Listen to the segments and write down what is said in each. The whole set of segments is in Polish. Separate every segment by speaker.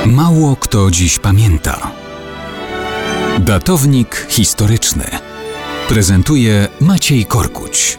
Speaker 1: Mało kto dziś pamięta. Datownik historyczny prezentuje Maciej Korkuć.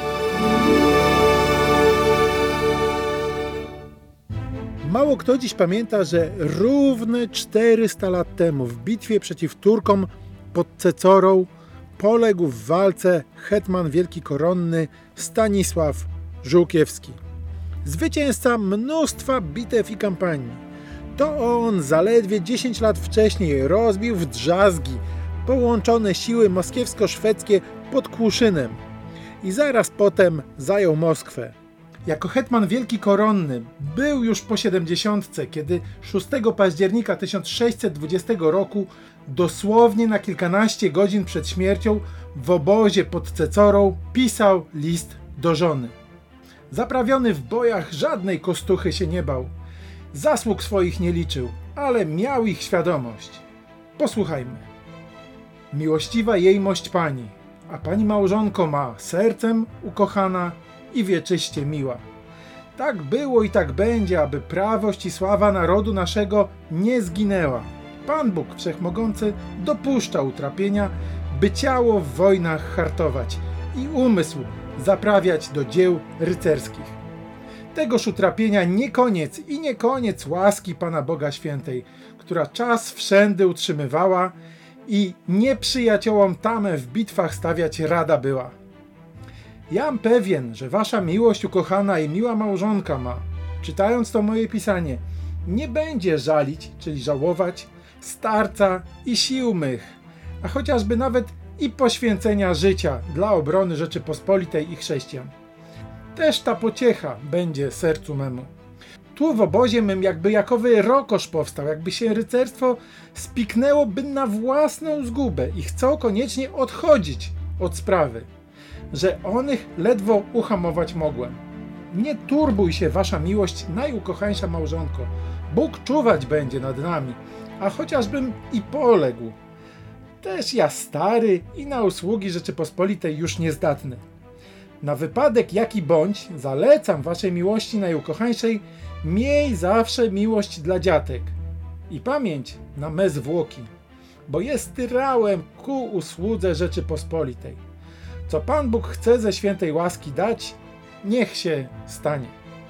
Speaker 2: Mało kto dziś pamięta, że równe 400 lat temu w bitwie przeciw Turkom pod Cecorą poległ w walce hetman wielki koronny Stanisław Żółkiewski. Zwycięzca mnóstwa bitew i kampanii. To on zaledwie 10 lat wcześniej rozbił w drzazgi połączone siły moskiewsko-szwedzkie pod Kłuszynem i zaraz potem zajął Moskwę. Jako hetman wielki koronny był już po 70, kiedy 6 października 1620 roku, dosłownie na kilkanaście godzin przed śmiercią, w obozie pod Cecorą pisał list do żony. Zaprawiony w bojach żadnej kostuchy się nie bał. Zasług swoich nie liczył, ale miał ich świadomość. Posłuchajmy. Miłościwa jejmość pani, a pani małżonko ma sercem ukochana i wieczyście miła. Tak było i tak będzie, aby prawość i sława narodu naszego nie zginęła. Pan Bóg Wszechmogący dopuszcza utrapienia, by ciało w wojnach hartować i umysł zaprawiać do dzieł rycerskich. Tegoż utrapienia nie koniec i nie koniec łaski Pana Boga Świętej, która czas wszędy utrzymywała i nieprzyjaciołom tamę w bitwach stawiać rada była. Jam pewien, że wasza miłość ukochana i miła małżonka ma, czytając to moje pisanie, nie będzie żalić, czyli żałować, starca i sił mych, a chociażby nawet i poświęcenia życia dla obrony Rzeczypospolitej i chrześcijan. Też ta pociecha będzie sercu memu. Tu w obozie mym jakby jakowy rokosz powstał, jakby się rycerstwo spiknęłoby na własną zgubę i chcą koniecznie odchodzić od sprawy, że onych ledwo uhamować mogłem. Nie turbuj się, wasza miłość najukochańsza małżonko, Bóg czuwać będzie nad nami, a chociażbym i poległ. Też ja stary i na usługi Rzeczypospolitej już niezdatny. Na wypadek jaki bądź, zalecam waszej miłości najukochańszej, miej zawsze miłość dla dziatek i pamięć na me zwłoki, bo jest tyrałem ku usłudze Rzeczypospolitej. Co Pan Bóg chce ze świętej łaski dać, niech się stanie.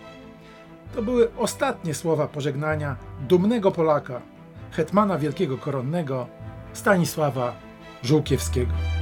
Speaker 2: To były ostatnie słowa pożegnania dumnego Polaka, hetmana wielkiego koronnego Stanisława Żółkiewskiego.